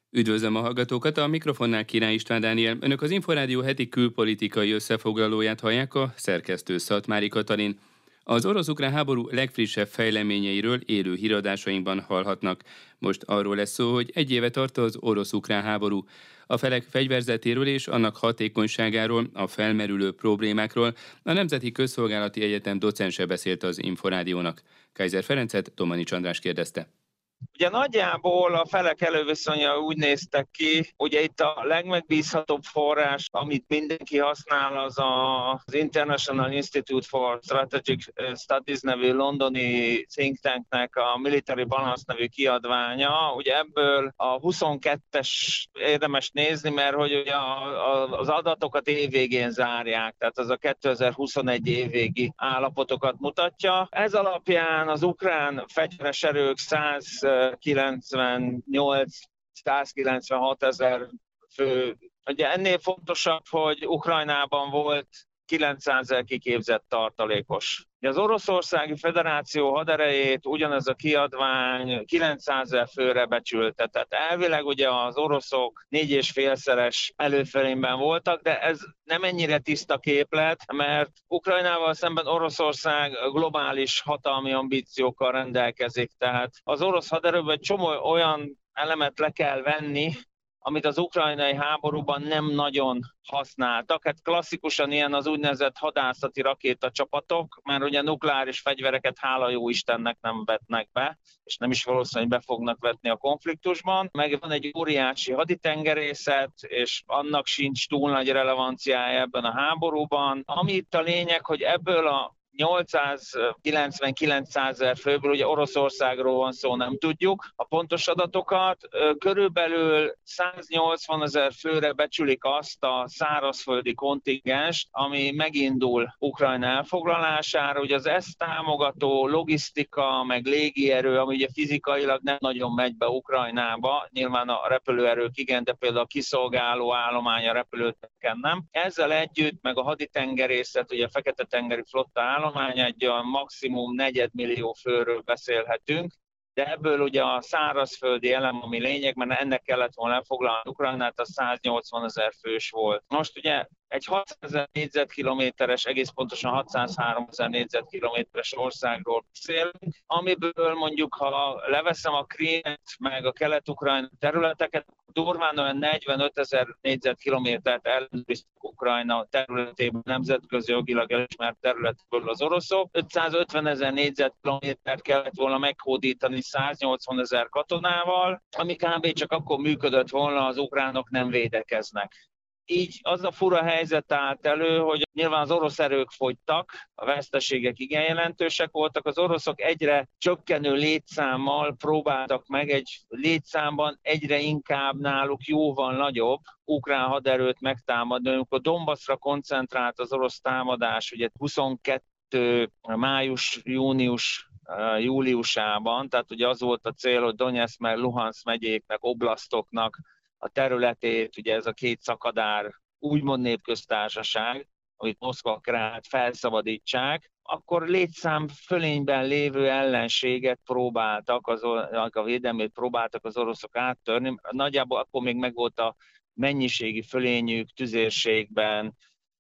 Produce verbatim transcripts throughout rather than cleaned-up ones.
Üdvözlöm a hallgatókat, a mikrofonnál Király István Dániel. Önök az Inforádió heti külpolitikai összefoglalóját hallják, a szerkesztő Szatmári Katalin. Az orosz-ukrán háború legfrissebb fejleményeiről élő híradásainkban hallhatnak. Most arról lesz szó, hogy egy éve tart az orosz-ukrán háború. A felek fegyverzetéről és annak hatékonyságáról, a felmerülő problémákról a Nemzeti Közszolgálati Egyetem docense beszélt az Inforádiónak. Kaiser Ferencet Domanics András kérdezte. Ugye nagyjából a felek előviszonya úgy néztek ki, ugye itt a legmegbízhatóbb forrás, amit mindenki használ, az az International Institute for Strategic Studies nevű londoni think tanknek a Military Balance nevű kiadványa. Ugye ebből a huszonkettes érdemes nézni, mert hogy ugye az adatokat évvégén zárják, tehát az a kétezer-huszonegy évvégi állapotokat mutatja. Ez alapján az ukrán fegyveres erők százkilencvennyolc-százkilencvenhat ezer fő. Ugye ennél fontosabb, hogy Ukrajnában volt kilencszázezer kiképzett tartalékos. Az Oroszországi Föderáció haderejét ugyanez a kiadvány kilencszázezer főre becsülte. Tehát elvileg ugye az oroszok négy és félszeres előfelényben voltak, de ez nem ennyire tiszta képlet, mert Ukrajnával szemben Oroszország globális hatalmi ambíciókkal rendelkezik. Tehát az orosz haderőből egy csomó olyan elemet le kell venni, amit az ukrajnai háborúban nem nagyon használtak. Hát klasszikusan ilyen az úgynevezett hadászati rakétacsapatok, mert ugye nukleáris fegyvereket hála jó Istennek nem vetnek be, és nem is valószínű, hogy be fognak vetni a konfliktusban. Meg van egy óriási haditengerészet, és annak sincs túl nagy relevanciája ebben a háborúban. Ami itt a lényeg, hogy ebből a nyolcszázkilencven-kilencszázezer főből, ugye Oroszországról van szó, nem tudjuk a pontos adatokat. Körülbelül száznyolcvan ezer főre becsülik azt a szárazföldi kontingenst, ami megindul Ukrajna elfoglalására. Ugye az ezt támogató logisztika, meg légierő, ami ugye fizikailag nem nagyon megy be Ukrajnába, nyilván a repülőerők igen, de például a kiszolgáló állomány a repülőteken nem. Ezzel együtt, meg a haditengerészet, ugye a Fekete-tengeri flotta állomány, egy a maximum negyedmillió főről beszélhetünk, de ebből ugye a szárazföldi elem, ami lényeg, mert ennek kellett volna elfoglalni Ukrajnát, az száznyolcvan ezer fős volt. Most ugye egy hatszázezer négyzetkilométeres, egész pontosan hatszázhárom ezer négyzetkilométeres országról beszélünk, amiből mondjuk, ha leveszem a Krímet, meg a kelet-ukrajna területeket, durván olyan negyvenöt ezer négyzetkilométert ellenőriztek Ukrajna területében, nemzetközi jogilag elismert területből az oroszok. ötszázötven ezer négyzetkilométert kellett volna meghódítani száznyolcvan ezer katonával, ami kb. Csak akkor működött volna, az ukránok nem védekeznek. Így az a fura helyzet állt elő, hogy nyilván az orosz erők fogytak, a veszteségek igen jelentősek voltak, az oroszok egyre csökkenő létszámmal próbáltak meg egy létszámban egyre inkább náluk jóval nagyobb ukrán haderőt megtámadni. Amikor Donbaszra koncentrált az orosz támadás, ugye huszonkettő május, június, júliusában, tehát ugye az volt a cél, hogy Donetsz meg Luhansz megyéknek, oblasztoknak a területét, ugye ez a két szakadár úgymond népköztársaság, amit Moszkva kreált, felszabadítsák, akkor létszám fölényben lévő ellenséget próbáltak, az, a védelmét próbáltak az oroszok áttörni. Nagyjából akkor még megvolt a mennyiségi fölényük tüzérségben,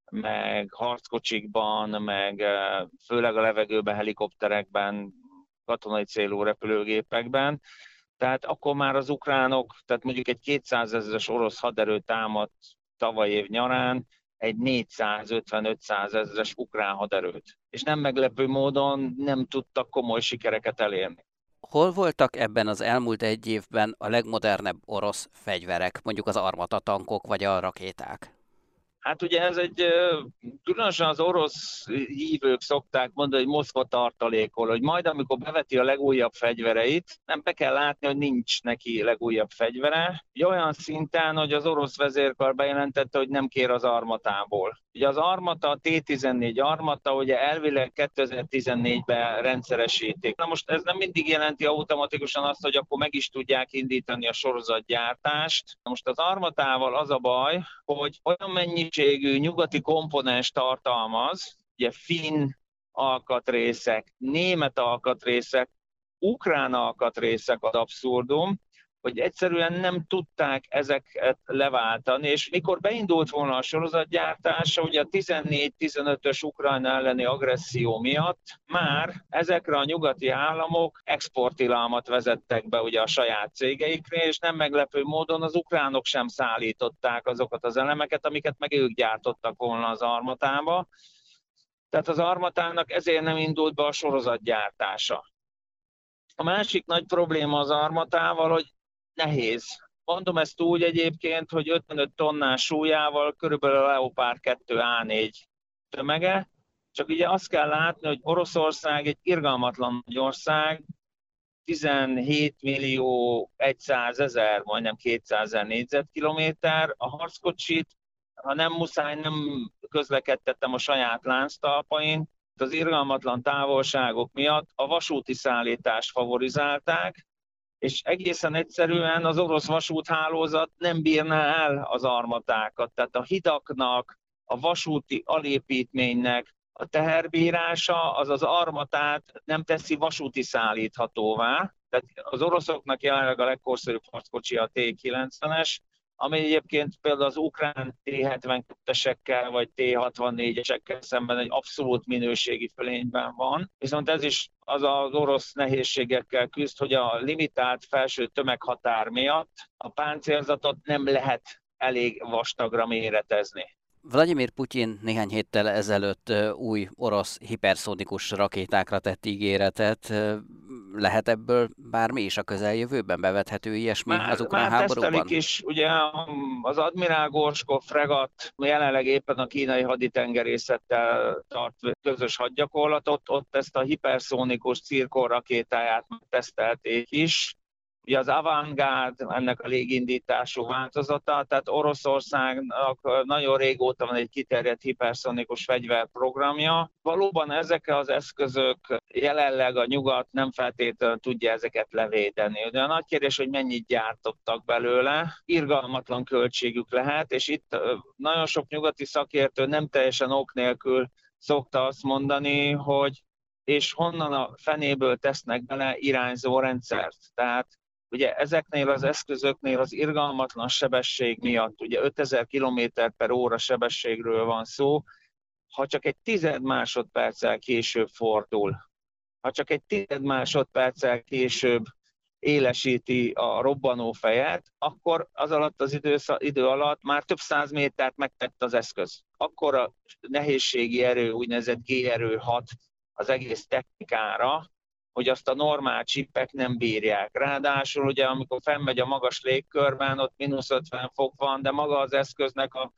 meg harckocsikban, meg főleg a levegőben, helikopterekben, katonai célú repülőgépekben. Tehát akkor már az ukránok, tehát mondjuk egy kétszázezres orosz haderő támadt tavaly év nyarán egy négyszázötven-ötszáz ezres ukrán haderőt. És nem meglepő módon nem tudtak komoly sikereket elérni. Hol voltak ebben az elmúlt egy évben a legmodernebb orosz fegyverek, mondjuk az armata tankok vagy a rakéták? Hát ugye ez egy, különösen az orosz hívők szokták mondani, hogy Moszkva tartalékol, hogy majd amikor beveti a legújabb fegyvereit, nem be kell látni, hogy nincs neki legújabb fegyvere. Olyan szinten, hogy az orosz vezérkar bejelentette, hogy nem kér az armatából. Ugye az armata, a té tizennégy armata, ugye elvileg kétezer-tizennégyben rendszeresítik. Na most ez nem mindig jelenti automatikusan azt, hogy akkor meg is tudják indítani a sorozatgyártást. Na most az armatával az a baj, hogy olyan mennyiségű nyugati komponens tartalmaz, ugye finn alkatrészek, német alkatrészek, ukrán alkatrészek az abszurdum, hogy egyszerűen nem tudták ezeket leváltani, és mikor beindult volna a sorozatgyártása, ugye a tizennégy tizenötös Ukrajna elleni agresszió miatt már ezekre a nyugati államok exporttilalmat vezettek be ugye a saját cégeikre, és nem meglepő módon az ukránok sem szállították azokat az elemeket, amiket meg ők gyártottak volna az armatába. Tehát az armatának ezért nem indult be a sorozatgyártása. A másik nagy probléma az armatával, hogy nehéz. Mondom ezt úgy egyébként, hogy ötvenöt tonnás súlyával körülbelül a Leopard kettő á négy tömege, csak ugye azt kell látni, hogy Oroszország egy irgalmatlan nagy ország, tizenhét millió százezer, majdnem kétszázezer négyzetkilométer, a harckocsit, ha nem muszáj, nem közlekedtettem a saját lánctalpain, az irgalmatlan távolságok miatt a vasúti szállítást favorizálták, és egészen egyszerűen az orosz vasúthálózat nem bírná el az armatákat. Tehát a hidaknak, a vasúti alépítménynek a teherbírása az az armatát nem teszi vasúti szállíthatóvá. Tehát az oroszoknak jelenleg a legkorszerűbb harckocsi a té kilencvenes, ami egyébként például az ukrán té hetvenkettősekkel vagy té hatvannégyesekkel szemben egy abszolút minőségi fölényben van. Viszont ez is az az orosz nehézségekkel küzd, hogy a limitált felső tömeghatár miatt a páncélzatot nem lehet elég vastagra méretezni. Vladimir Putyin néhány héttel ezelőtt új orosz hiperszónikus rakétákra tett ígéretet. Lehet ebből bármi is a közeljövőben bevethető ilyesmi már, az ukrán már háborúban? Már tesztelik is, ugye az Admiral Gorshkov fregatt jelenleg éppen a kínai haditengerészettel tart közös hadgyakorlatot, ott ezt a hiperszónikus Cirkon rakétáját tesztelték is. Ugye az Avangard, ennek a légindítású változata, tehát Oroszországnak nagyon régóta van egy kiterjedt hiperszonikus fegyverprogramja. Valóban ezek az eszközök jelenleg a nyugat nem feltétlenül tudja ezeket levédeni. De a nagy kérdés, hogy mennyit gyártottak belőle, irgalmatlan költségük lehet, és itt nagyon sok nyugati szakértő nem teljesen ok nélkül szokta azt mondani, hogy és honnan a fenéből tesznek bele irányzó rendszert. Tehát ugye ezeknél az eszközöknél az irgalmatlan sebesség miatt, ugye ötezer kilométer per óra sebességről van szó, ha csak egy tized másodperccel később fordul, ha csak egy tized másodperccel később élesíti a robbanó fejet, akkor az alatt az időszak, idő alatt már több száz métert megtett az eszköz. Akkor a nehézségi erő, úgynevezett G-erő hat az egész technikára, hogy azt a normál csippek nem bírják. Ráadásul ugye, amikor fennmegy a magas légkörben, ott mínusz ötven fok van, de maga az eszköznek a,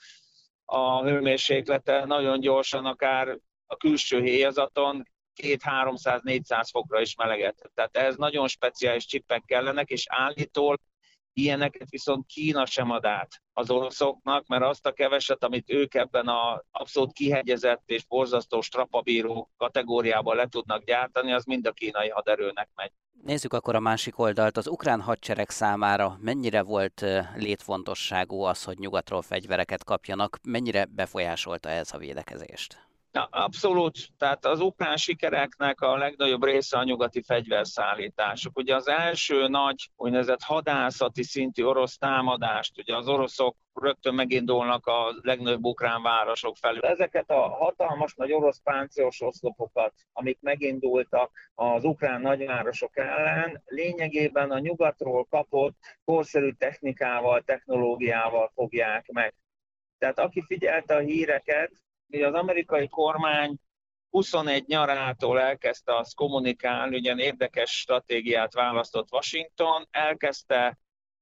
a hőmérséklete nagyon gyorsan, akár a külső héjazaton kétszáz-háromszáz-négyszáz fokra is melegedhet. Tehát ehhez nagyon speciális csippek kellenek, és állítólag ilyeneket viszont Kína sem ad át az oroszoknak, mert azt a keveset, amit ők ebben az abszolút kihegyezett és borzasztó strapabíró kategóriában le tudnak gyártani, az mind a kínai haderőnek megy. Nézzük akkor a másik oldalt. Az ukrán hadsereg számára mennyire volt létfontosságú az, hogy nyugatról fegyvereket kapjanak, mennyire befolyásolta ez a védekezést? Ja, abszolút. Tehát az ukrán sikereknek a legnagyobb része a nyugati fegyverszállítások. Ugye az első nagy, úgynevezett hadászati szintű orosz támadást, ugye az oroszok rögtön megindulnak a legnagyobb ukrán városok felül. Ezeket a hatalmas nagy orosz páncélos oszlopokat, amik megindultak az ukrán nagyvárosok ellen, lényegében a nyugatról kapott korszerű technikával, technológiával fogják meg. Tehát aki figyelte a híreket, hogy az amerikai kormány huszonegy nyarától elkezdte azt kommunikálni, ugyan érdekes stratégiát választott Washington, elkezdte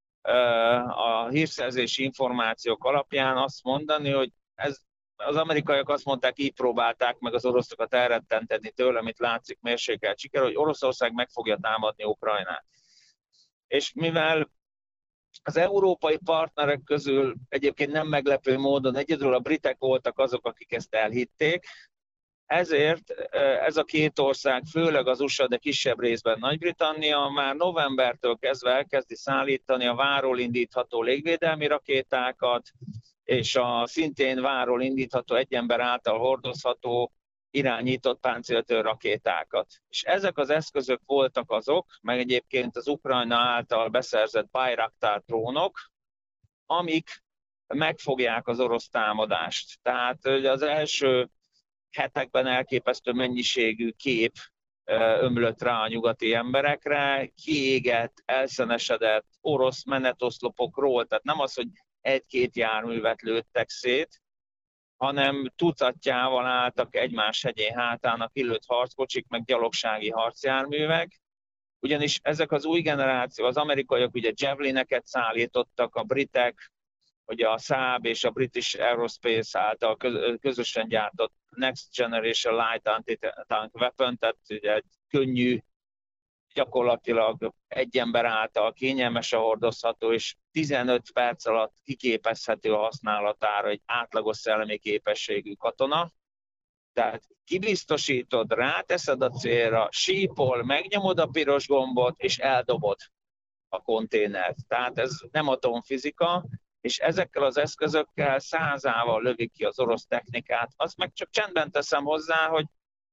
uh, a hírszerzési információk alapján azt mondani, hogy ez, az amerikaiak azt mondták, így próbálták meg az oroszokat elrettenteni tőle, amit látszik mérsékelt siker, hogy Oroszország meg fogja támadni Ukrajnát. És mivel az európai partnerek közül egyébként nem meglepő módon egyedül a britek voltak azok, akik ezt elhitték, ezért ez a két ország, főleg az u es á, de kisebb részben Nagy-Britannia már novembertől kezdve elkezdi szállítani a váról indítható légvédelmi rakétákat, és a szintén váról indítható, egy ember által hordozható irányított páncéltörő rakétákat. És ezek az eszközök voltak azok, meg egyébként az Ukrajna által beszerzett Bayraktar drónok, amik megfogják az orosz támadást. Tehát az első hetekben elképesztő mennyiségű kép ömlött rá a nyugati emberekre, kiégett, elszenesedett orosz menetoszlopokról, tehát nem az, hogy egy-két járművet lőttek szét, hanem tucatjával álltak egymás hegyén hátának kilőtt harckocsik, meg gyalogsági harcjárművek, ugyanis ezek az új generáció, az amerikaiak ugye Javelineket szállítottak, a britek, ugye a Saab és a British Aerospace által közösen gyártott Next Generation Light Anti-Tank Weapon, tehát ugye egy könnyű, gyakorlatilag egy ember által kényelmesen hordozható, és tizenöt perc alatt kiképezhető a használatára egy átlagos szellemi képességű katona. Tehát kibiztosítod, ráteszed a célra, sípol, megnyomod a piros gombot, és eldobod a konténert. Tehát ez nem atomfizika, és ezekkel az eszközökkel százával lövik ki az orosz technikát. Azt meg csak csendben teszem hozzá, hogy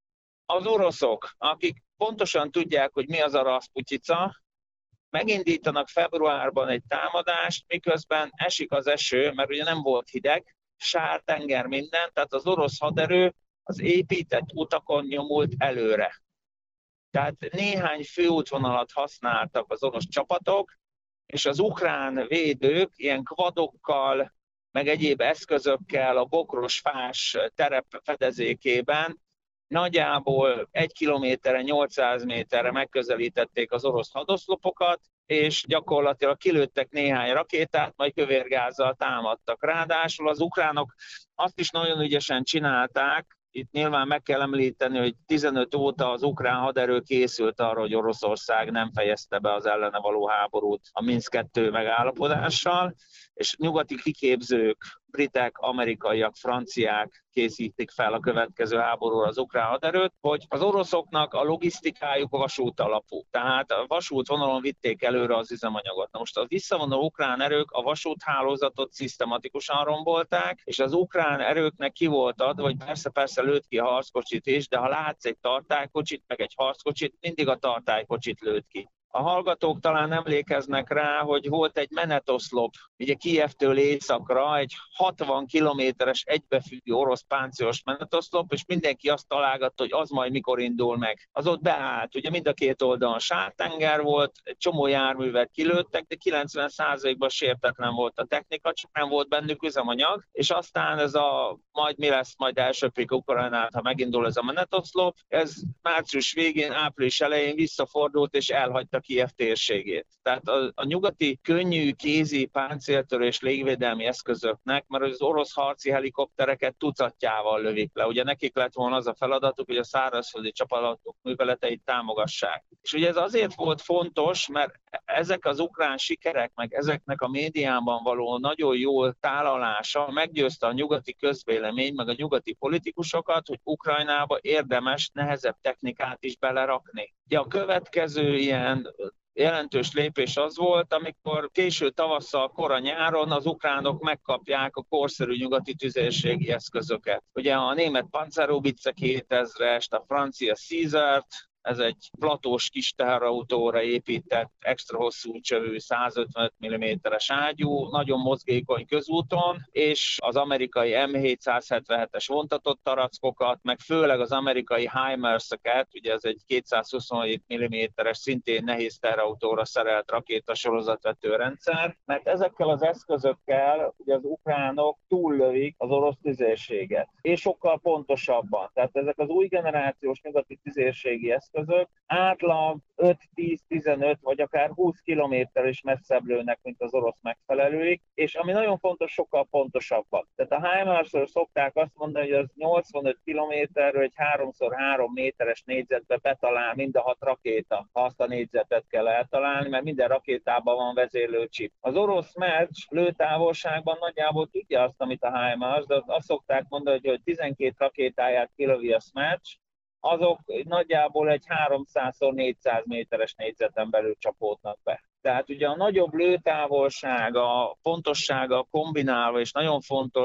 az oroszok, akik pontosan tudják, hogy mi az a Rasputica, megindítanak februárban egy támadást, miközben esik az eső, mert ugye nem volt hideg, sár, tenger, minden, tehát az orosz haderő az épített utakon nyomult előre. Tehát néhány főútvonalat használtak az orosz csapatok, és az ukrán védők ilyen kvadokkal, meg egyéb eszközökkel a bokros fás terep fedezékében nagyjából egy kilométerre, nyolcszáz méterre megközelítették az orosz hadoszlopokat, és gyakorlatilag kilőttek néhány rakétát, majd kövérgázzal támadtak. Ráadásul az ukránok azt is nagyon ügyesen csinálták, itt nyilván meg kell említeni, hogy tizenöt óta az ukrán haderő készült arra, hogy Oroszország nem fejezte be az ellene való háborút a Minszk kettő megállapodással, és nyugati kiképzők, britek, amerikaiak, franciák készítik fel a következő háborúra az ukrán haderőt, hogy az oroszoknak a logisztikájuk vasút alapú. Tehát a vasútvonalon vitték előre az üzemanyagot. Na most a visszavonuló ukrán erők a vasúthálózatot szisztematikusan rombolták, és az ukrán erőknek ki volt adva, hogy persze-persze lőtt ki a harckocsit is, de ha látsz egy tartálykocsit, meg egy harckocsit, mindig a tartálykocsit lőtt ki. A hallgatók talán emlékeznek rá, hogy volt egy menetoszlop, ugye Kijevtől északra, egy hatvan kilométeres egybefüggő orosz páncélos menetoszlop, és mindenki azt találgatta, hogy az majd mikor indul meg. Az ott beállt, ugye mind a két oldalon sártenger volt, egy csomó járművet kilőttek, de kilencven százalékban sértetlen volt a technika, csak nem volt bennük üzemanyag, és aztán ez a majd mi lesz, majd elsöprik Ukrajnát, ha megindul ez a menetoszlop, ez március végén, április elején visszafordult és elhagyta Kijev térségét. Tehát a, a nyugati könnyű kézi páncéltörés légvédelmi eszközöknek, mert az orosz harci helikoptereket tucatjával lövik le. Ugye nekik lett volna az a feladatuk, hogy a szárazföldi csapatok műveleteit támogassák. És ugye ez azért volt fontos, mert ezek az ukrán sikerek, meg ezeknek a médiában való nagyon jól tálalása meggyőzte a nyugati közvélemény, meg a nyugati politikusokat, hogy Ukrajnába érdemes nehezebb technikát is belerakni. Ugye a következő ilyen jelentős lépés az volt, amikor késő tavasszal, kora nyáron az ukránok megkapják a korszerű nyugati tüzérségi eszközöket. Ugye a német Panzerhaubitze kétezrest, a francia Caesart, ez egy platós kis teherautóra épített, extra hosszú csövű százötvenöt milliméteres ágyú, nagyon mozgékony közúton, és az amerikai em hétszázhetvenhetes vontatott tarackokat, meg főleg az amerikai HIMARS-eket, ugye ez egy kétszázhuszonhét milliméteres, szintén nehéz teherautóra szerelt rakétasorozatvető rendszer, mert ezekkel az eszközökkel ugye az ukránok túllövik az orosz tüzérséget, és sokkal pontosabban. Tehát ezek az új generációs nyugati tüzérségi eszközök között átlag öt-tíz-tizenöt vagy akár húsz kilométer is messzebb lőnek, mint az orosz megfelelőik, és ami nagyon fontos, sokkal pontosabbak. Tehát a HIMARS-ről szokták azt mondani, hogy az nyolcvanöt kilométerről egy három szor három méteres négyzetbe betalál mind a hat rakéta, ha azt a négyzetet kell eltalálni, mert minden rakétában van vezérlőcsip. Az orosz meccs lőtávolságban nagyjából tudja azt, amit a HIMARS, de azt szokták mondani, hogy tizenkét rakétáját kilövi a Smerch, azok nagyjából egy háromszáz négyszáz méteres négyzeten belül csapódnak be. Tehát ugye a nagyobb lőtávolság, a pontossága kombinálva, és nagyon fontos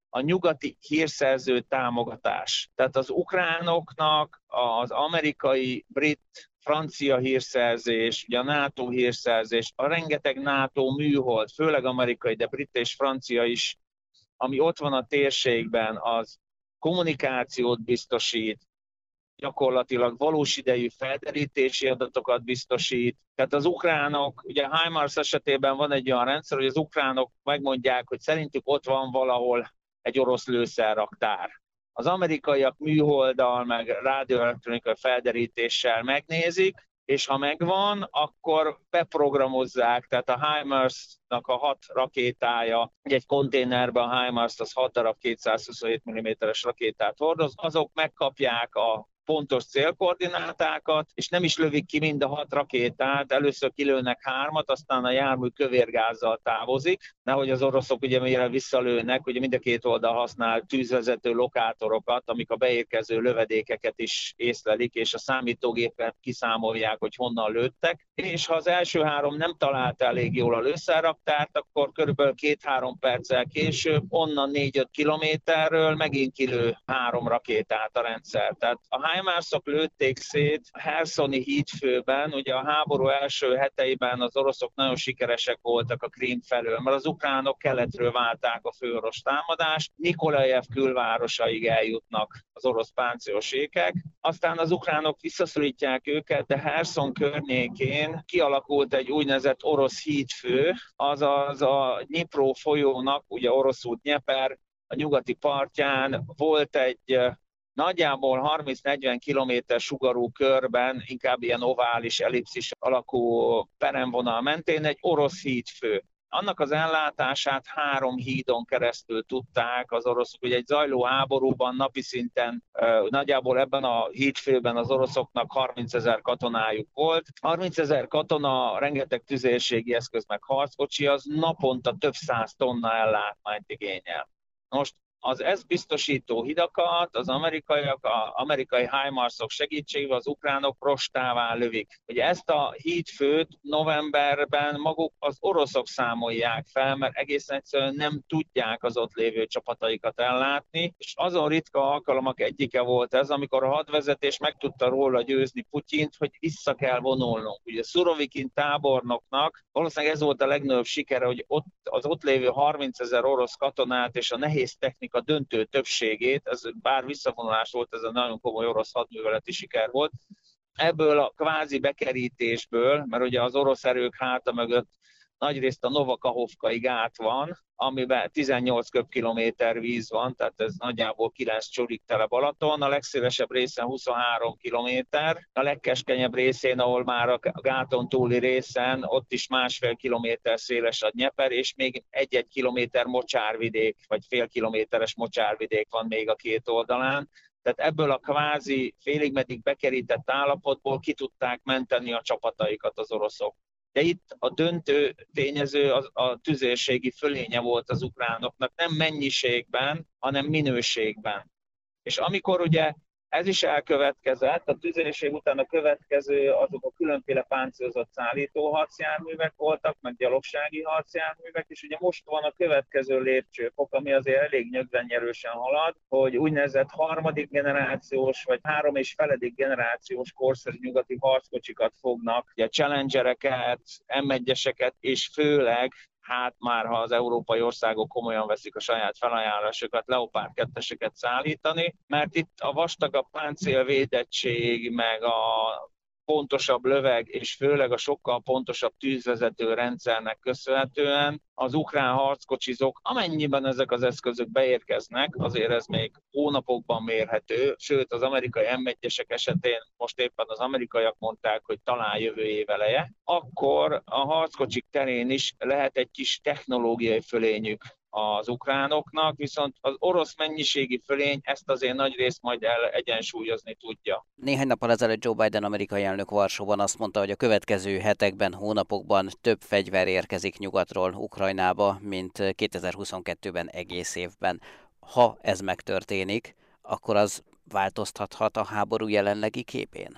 a nyugati hírszerző támogatás. Tehát az ukránoknak az amerikai, brit, francia hírszerzés, ugye a NATO hírszerzés, a rengeteg NATO műhold, főleg amerikai, de brit és francia is, ami ott van a térségben, az kommunikációt biztosít, gyakorlatilag valós idejű felderítési adatokat biztosít. Tehát az ukránok, ugye a HIMARS esetében van egy olyan rendszer, hogy az ukránok megmondják, hogy szerintük ott van valahol egy orosz lőszerraktár. Az amerikaiak műholddal, meg rádióelektronikai felderítéssel megnézik, és ha megvan, akkor beprogramozzák, tehát a HIMARS-nak a hat rakétája, egy konténerben a HIMARS az hat darab kétszázhuszonhét milliméteres rakétát hordoz, azok megkapják a pontos célkoordinátákat, és nem is lövik ki mind a hat rakétát, először kilőnek hármat, aztán a jármű kövérgázzal távozik, nehogy az oroszok ugye mire visszalőnek, ugye mind a két oldal használ tűzvezető lokátorokat, amik a beérkező lövedékeket is észlelik, és a számítógépen kiszámolják, hogy honnan lőttek, és ha az első három nem találta elég jól a lőszerraktárt, akkor körülbelül két-három perccel később onnan négy-öt kilométerről megint kilő három rakétát a rendszer. Tehát a HIMARS-ok lőtték szét a Herszoni hídfőben, ugye a háború első heteiben az oroszok nagyon sikeresek voltak a Krím felől, mert az ukránok keletről válták a főorosz támadást, Nikolajev külvárosaig eljutnak az orosz páncélos ékek, aztán az ukránok visszaszorítják őket, de Herszon környékén kialakult egy úgynevezett orosz hídfő, azaz a Dnyipró folyónak, ugye oroszul Dnyeper, a nyugati partján volt egy nagyjából harminc-negyven kilométer sugarú körben, inkább ilyen ovális, ellipszis alakú peremvonal mentén egy orosz hídfő. Annak az ellátását három hídon keresztül tudták az oroszok, hogy egy zajló háborúban napi szinten nagyjából ebben a hídfőben az oroszoknak harmincezer katonájuk volt. harmincezer katona, rengeteg tüzérségi eszköz meg harckocsi, az naponta több száz tonna ellátmányt igényel. Most az ezt biztosító hidakat az amerikaiak, az amerikai HIMARS-ok segítségével az ukránok rostává lövik. Ugye ezt a hídfőt novemberben maguk az oroszok számolják fel, mert egészen egyszerűen nem tudják az ott lévő csapataikat ellátni, és azon ritka alkalmak egyike volt ez, amikor a hadvezetés meg tudta róla győzni Putyint, hogy vissza kell vonulnunk. Ugye Szurovikin tábornoknak valószínűleg ez volt a legnagyobb sikere, hogy ott, az ott lévő harmincezer orosz katonát és a nehéz technika a döntő többségét, ez bár visszavonulás volt, ez a nagyon komoly orosz hadműveleti siker volt, ebből a kvázi bekerítésből, mert ugye az orosz erők háta mögött nagyrészt a Novakahovkai gát van, amiben tizennyolc köbkilométer víz van, tehát ez nagyjából kilenc csurik tele Balaton, a legszélesebb részen huszonhárom kilométer, a legkeskenyebb részén, ahol már a gáton túli részen, ott is másfél kilométer széles a Dnyeper, és még egy-egy kilométer mocsárvidék, vagy fél kilométeres mocsárvidék van még a két oldalán. Tehát ebből a kvázi félig meddig bekerített állapotból ki tudták menteni a csapataikat az oroszok. De itt a döntő tényező a, a tüzérségi fölénye volt az ukránoknak, nem mennyiségben, hanem minőségben. És amikor ugye ez is elkövetkezett, a tüzérség után a következő azok a különféle páncélozott szállító harcjárművek voltak, meg gyalogsági harcjárművek, és ugye most van a következő lépcsőfok, ami azért elég nyögvenyerősen halad, hogy úgynevezett harmadik generációs, vagy három és feledik generációs korszerű nyugati harckocsikat fognak, ugye Challengereket, em egyeseket, és főleg hát már ha az európai országok komolyan veszik a saját felajánlásokat, Leopard ketteseket szállítani, mert itt a vastagabb páncélvédettség, meg a pontosabb löveg, és főleg a sokkal pontosabb tűzvezető rendszernek köszönhetően az ukrán harckocsizók, amennyiben ezek az eszközök beérkeznek, azért ez még hónapokban mérhető, sőt az amerikai em egyesek esetén most éppen az amerikaiak mondták, hogy talán jövő év eleje, akkor a harckocsik terén is lehet egy kis technológiai fölényük az ukránoknak, viszont az orosz mennyiségi fölény ezt azért nagy részt majd el egyensúlyozni tudja. Néhány nappal ezelőtt Joe Biden amerikai elnök Varsóban azt mondta, hogy a következő hetekben, hónapokban több fegyver érkezik nyugatról Ukrajnába, mint kétezer-huszonkettőben egész évben. Ha ez megtörténik, akkor az változtathat a háború jelenlegi képén?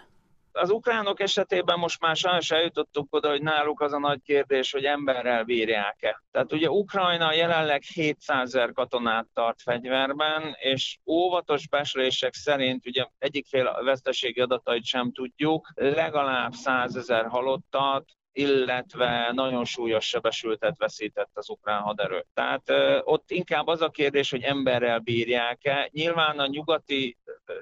Az ukránok esetében most már sajnos eljutottunk oda, hogy náluk az a nagy kérdés, hogy emberrel bírják-e. Tehát ugye Ukrajna jelenleg hétszázezer katonát tart fegyverben, és óvatos becslések szerint, ugye egyik fél veszteségi adatait sem tudjuk, legalább százezer halottat, illetve nagyon súlyos sebesültet veszített az ukrán haderő. Tehát ö, ott inkább az a kérdés, hogy emberrel bírják-e. Nyilván a nyugati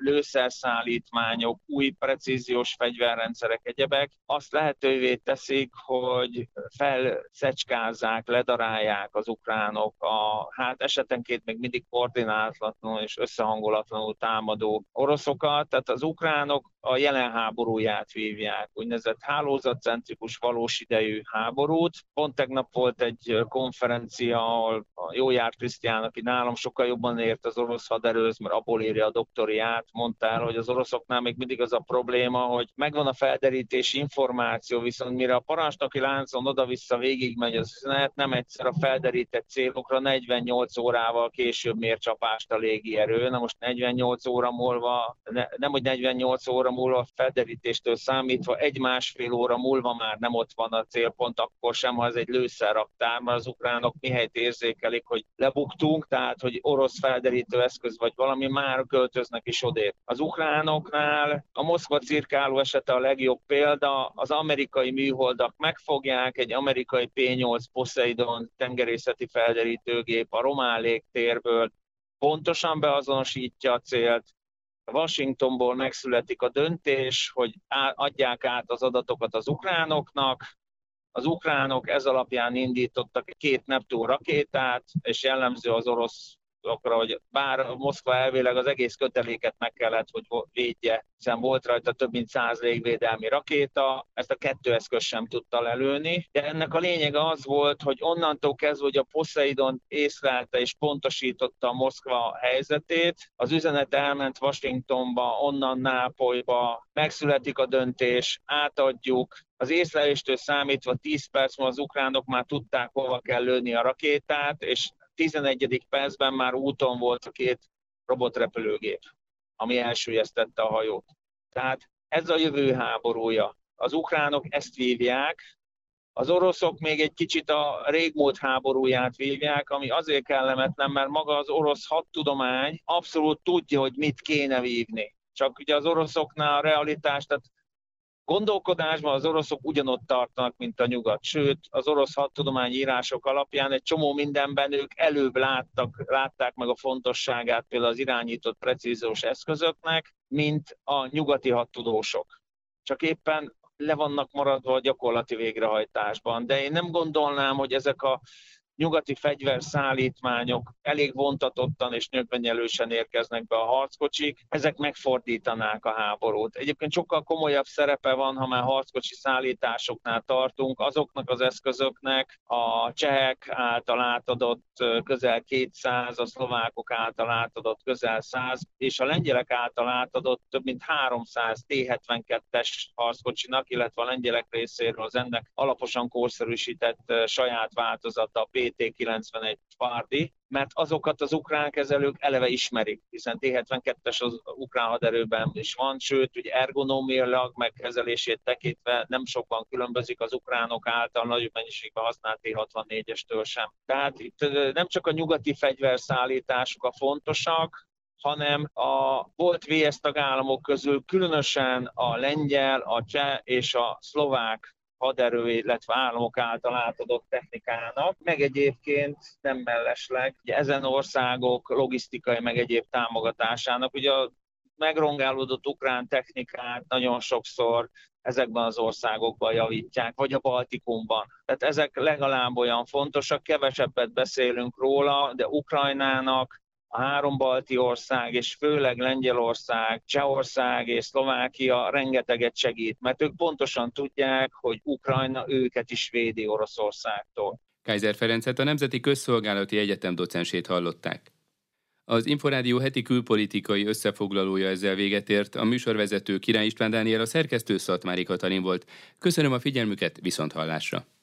lőszerszállítmányok, új precíziós fegyverrendszerek, egyebek azt lehetővé teszik, hogy felszecskázzák, ledarálják az ukránok a hát esetenként még mindig koordinálatlanul és összehangolatlanul támadó oroszokat. Tehát az ukránok a jelen háborúját vívják, úgynevezett hálózatcentrikus valós idejű háborút. Pont tegnap volt egy konferencia, ahol a Jójár Krisztián, aki nálam sokkal jobban ért az orosz haderőhöz, mert abból írja a doktoriát, mondta el, hogy az oroszoknál még mindig az a probléma, hogy megvan a felderítési információ, viszont mire a parancsnoki láncon oda-vissza végigmegy az üzenet, nem egyszer a felderített célokra negyvennyolc órával később mér csapást a légierő. Na most negyvennyolc óra múlva, ne, nem hogy negyvennyolc óra múlva felderítéstől számítva, egy-másfél óra múlva már nem ott van a célpont, akkor sem, ha ez egy lőszerraktár, mert az ukránok mihelyt érzékelik, hogy lebuktunk, tehát hogy orosz felderítő eszköz vagy valami, már költöznek is odébb. Az ukránoknál a Moszkva cirkáló esete a legjobb példa, az amerikai műholdak megfogják, egy amerikai P nyolc Poseidon tengerészeti felderítőgép a román légtérből pontosan beazonosítja a célt. Washingtonból megszületik a döntés, hogy adják át az adatokat az ukránoknak. Az ukránok ez alapján indítottak két Neptun rakétát, és jellemző az orosz hogy bár Moszkva elvileg az egész köteléket meg kellett, hogy védje, hiszen volt rajta több mint száz légvédelmi rakéta, ezt a kettő eszköz sem tudta lelőni. De ennek a lényege az volt, hogy onnantól kezdve, hogy a Poseidon észlelte és pontosította a Moszkva helyzetét, az üzenet elment Washingtonba, onnan Nápolyba, megszületik a döntés, átadjuk. Az észleléstől számítva tíz perc múlva az ukránok már tudták, hova kell lőni a rakétát, és tizenegyedik percben már úton volt a két robotrepülőgép, ami elsüllyesztette a hajót. Tehát ez a jövő háborúja. Az ukránok ezt vívják, az oroszok még egy kicsit a régmúlt háborúját vívják, ami azért kellemetlen, mert maga az orosz hadtudomány abszolút tudja, hogy mit kéne vívni. Csak ugye az oroszoknál a realitás, tehát gondolkodásban az oroszok ugyanott tartanak, mint a nyugat. Sőt, az orosz hadtudományi írások alapján egy csomó mindenben ők előbb láttak, látták meg a fontosságát például az irányított precíziós eszközöknek, mint a nyugati hadtudósok. Csak éppen le vannak maradva a gyakorlati végrehajtásban. De én nem gondolnám, hogy ezek a nyugati fegyverszállítmányok elég vontatottan és nyögvenyelősen érkeznek be a harckocsik, ezek megfordítanák a háborút. Egyébként sokkal komolyabb szerepe van, ha már harckocsi szállításoknál tartunk, azoknak az eszközöknek a csehek által átadott közel kétszáz, a szlovákok által átadott közel száz, és a lengyelek által átadott több mint háromszáz T hetvenkettes harckocsinak, illetve a lengyelek részéről az ennek alaposan korszerűsített saját változata, a P T kilencvenegy Spardi, mert azokat az ukrán kezelők eleve ismerik, hiszen T hetvenkettes az ukrán haderőben is van, sőt, ugye ergonómiailag megkezelését tekintve nem sokban különbözik az ukránok által nagyobb mennyiségben használt T hatvannégyestől sem. Tehát itt nem csak a nyugati fegyverszállítások a fontosak, hanem a volt vé es tagállamok közül különösen a lengyel, a cseh és a szlovák haderő, illetve államok által átadott technikának, meg egyébként nem mellesleg ugye ezen országok logisztikai meg egyéb támogatásának. Ugye a megrongálódott ukrán technikát nagyon sokszor ezekben az országokban javítják, vagy a Baltikumban. Tehát ezek legalább olyan fontosak, kevesebbet beszélünk róla, de Ukrajnának a három balti ország, és főleg Lengyelország, Csehország és Szlovákia rengeteget segít, mert ők pontosan tudják, hogy Ukrajna őket is védi Oroszországtól. Kaiser Ferencet, a Nemzeti Közszolgálati Egyetem docensét hallották. Az Inforádió heti külpolitikai összefoglalója ezzel véget ért, a műsorvezető Király István Dániel, a szerkesztő Szatmári Katalin volt. Köszönöm a figyelmüket, viszonthallásra!